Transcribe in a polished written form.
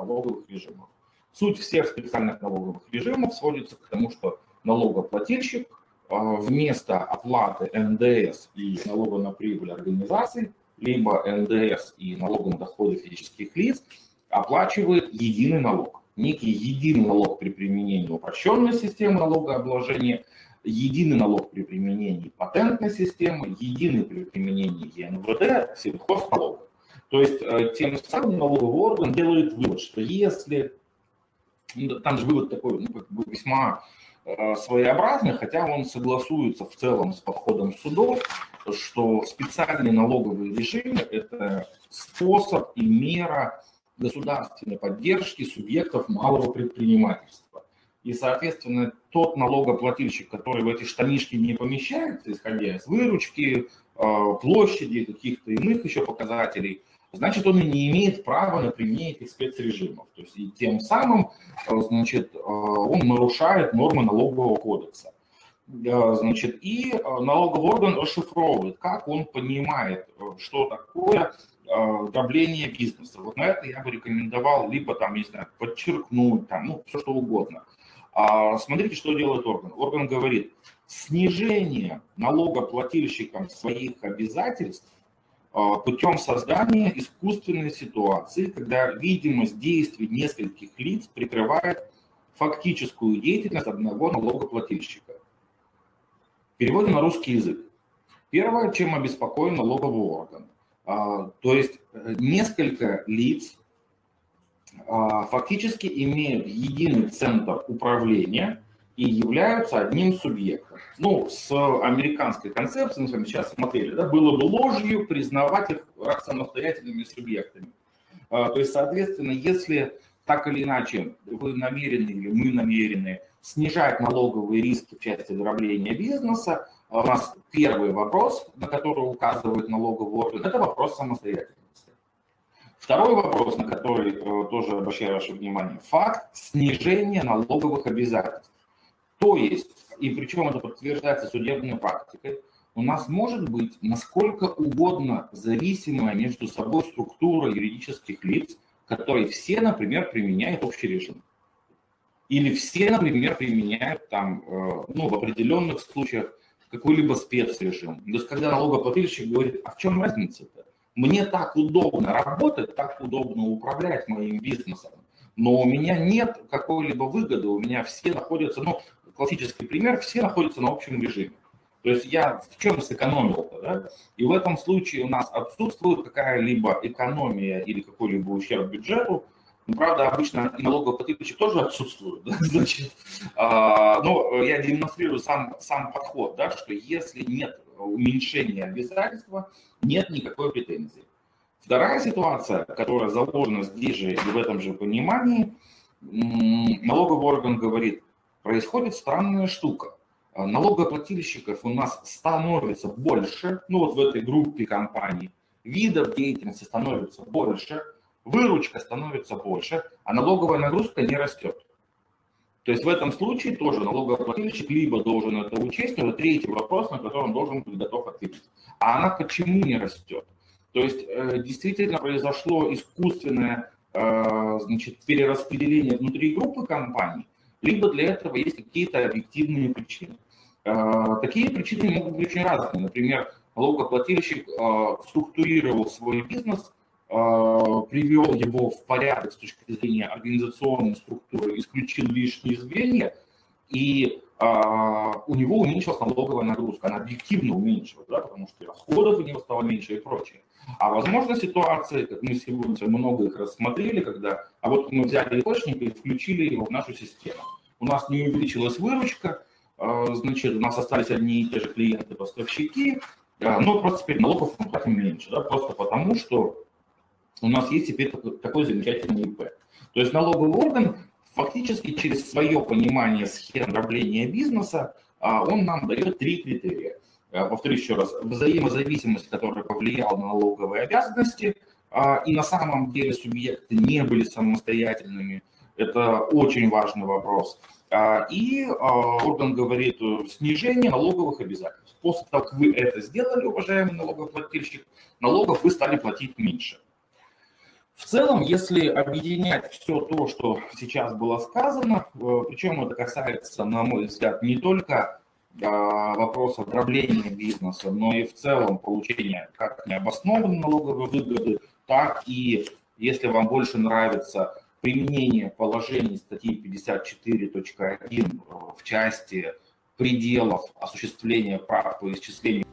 налоговых режимов. Суть всех специальных налоговых режимов сводится к тому, что налогоплательщик вместо оплаты НДС и налога на прибыль организаций, либо НДС и налога на доходы физических лиц, оплачивает единый налог. Некий единый налог при применении упрощенной системы налогообложения, единый налог при применении патентной системы, единый при применении ЕНВД, сельхозналога. То есть тем самым налоговый орган делает вывод, что если, там же вывод такой весьма своеобразный, хотя он согласуется в целом с подходом судов, что специальные налоговые режимы – это способ и мера государственной поддержки субъектов малого предпринимательства. И, соответственно, тот налогоплательщик, который в эти штанишки не помещается, исходя из выручки, площади, каких-то иных еще показателей, значит, он и не имеет права на применение этих спецрежимов. То есть и тем самым, значит, он нарушает нормы налогового кодекса. Значит, и налоговый орган расшифровывает, как он понимает, что такое дробление бизнеса. Вот на это я бы рекомендовал либо там, не знаю, подчеркнуть, там, ну, все что угодно. Смотрите, что делает орган. Орган говорит, снижение налогоплательщикам своих обязательств путем создания искусственной ситуации, когда видимость действий нескольких лиц прикрывает фактическую деятельность одного налогоплательщика. Переводим на русский язык. Первое, чем обеспокоен налоговый орган. То есть несколько лиц фактически имеют единый центр управления и являются одним субъектом. Ну, с американской концепцией, мы сейчас смотрели, да, было бы ложью признавать их самостоятельными субъектами. То есть, соответственно, если так или иначе вы намерены или мы намерены снижать налоговые риски в части дробления бизнеса, у нас первый вопрос, на который указывает налоговый орган, это вопрос самостоятельности. Второй вопрос, на который тоже обращаю ваше внимание, факт снижения налоговых обязательств. То есть, и причем это подтверждается судебной практикой, у нас может быть насколько угодно зависимая между собой структура юридических лиц, которые все, например, применяют общий режим. Или все, например, применяют там, ну, в определенных случаях какой-либо спецрежим. То есть, когда налогоплательщик говорит, а в чем разница-то? Мне так удобно работать, так удобно управлять моим бизнесом, но у меня нет какой-либо выгоды, у меня все находятся, ну, классический пример, все находятся на общем режиме. То есть я в чем сэкономил-то, да? И в этом случае у нас отсутствует какая-либо экономия или какой-либо ущерб бюджету. Ну, правда, обычно налогоплательщик тоже отсутствует, да? Значит, но я демонстрирую сам подход, да, что если нет уменьшения обязательства, нет никакой претензии. Вторая ситуация, которая заложена здесь же и в этом же понимании, налоговый орган говорит, происходит странная штука. Налогоплательщиков у нас становится больше, ну вот в этой группе компаний, видов деятельности становится больше, выручка становится больше, а налоговая нагрузка не растет. То есть в этом случае тоже налогоплательщик либо должен это учесть, но это третий вопрос, на который он должен быть готов ответить. А она почему не растет? То есть действительно произошло искусственное, значит, перераспределение внутри группы компаний, либо для этого есть какие-то объективные причины. Такие причины могут быть очень разные. Например, налогоплательщик структурировал свой бизнес, привел его в порядок с точки зрения организационной структуры, исключил лишние звенья, и у него уменьшилась налоговая нагрузка. Она объективно уменьшилась, да, потому что расходов у него стало меньше и прочее. А возможно ситуации, как мы сегодня много их рассмотрели, когда вот мы взяли источник и включили его в нашу систему. У нас не увеличилась выручка, значит, у нас остались одни и те же клиенты-поставщики, но просто теперь налогов мы платим меньше, да, просто потому что у нас есть теперь такой замечательный ИП. То есть налоговый орган фактически через свое понимание схем дробления бизнеса, он нам дает три критерия. Повторюсь еще раз, взаимозависимость, которая повлияла на налоговые обязанности, и на самом деле субъекты не были самостоятельными, это очень важный вопрос. И орган говорит снижение налоговых обязательств. После того, как вы это сделали, уважаемый налогоплательщик, налогов вы стали платить меньше. В целом, если объединять все то, что сейчас было сказано, причем это касается, на мой взгляд, не только вопроса дробления бизнеса, но и в целом получения как необоснованной налоговой выгоды, так и, если вам больше нравится, применение положений статьи 54.1 в части пределов осуществления прав по исчислению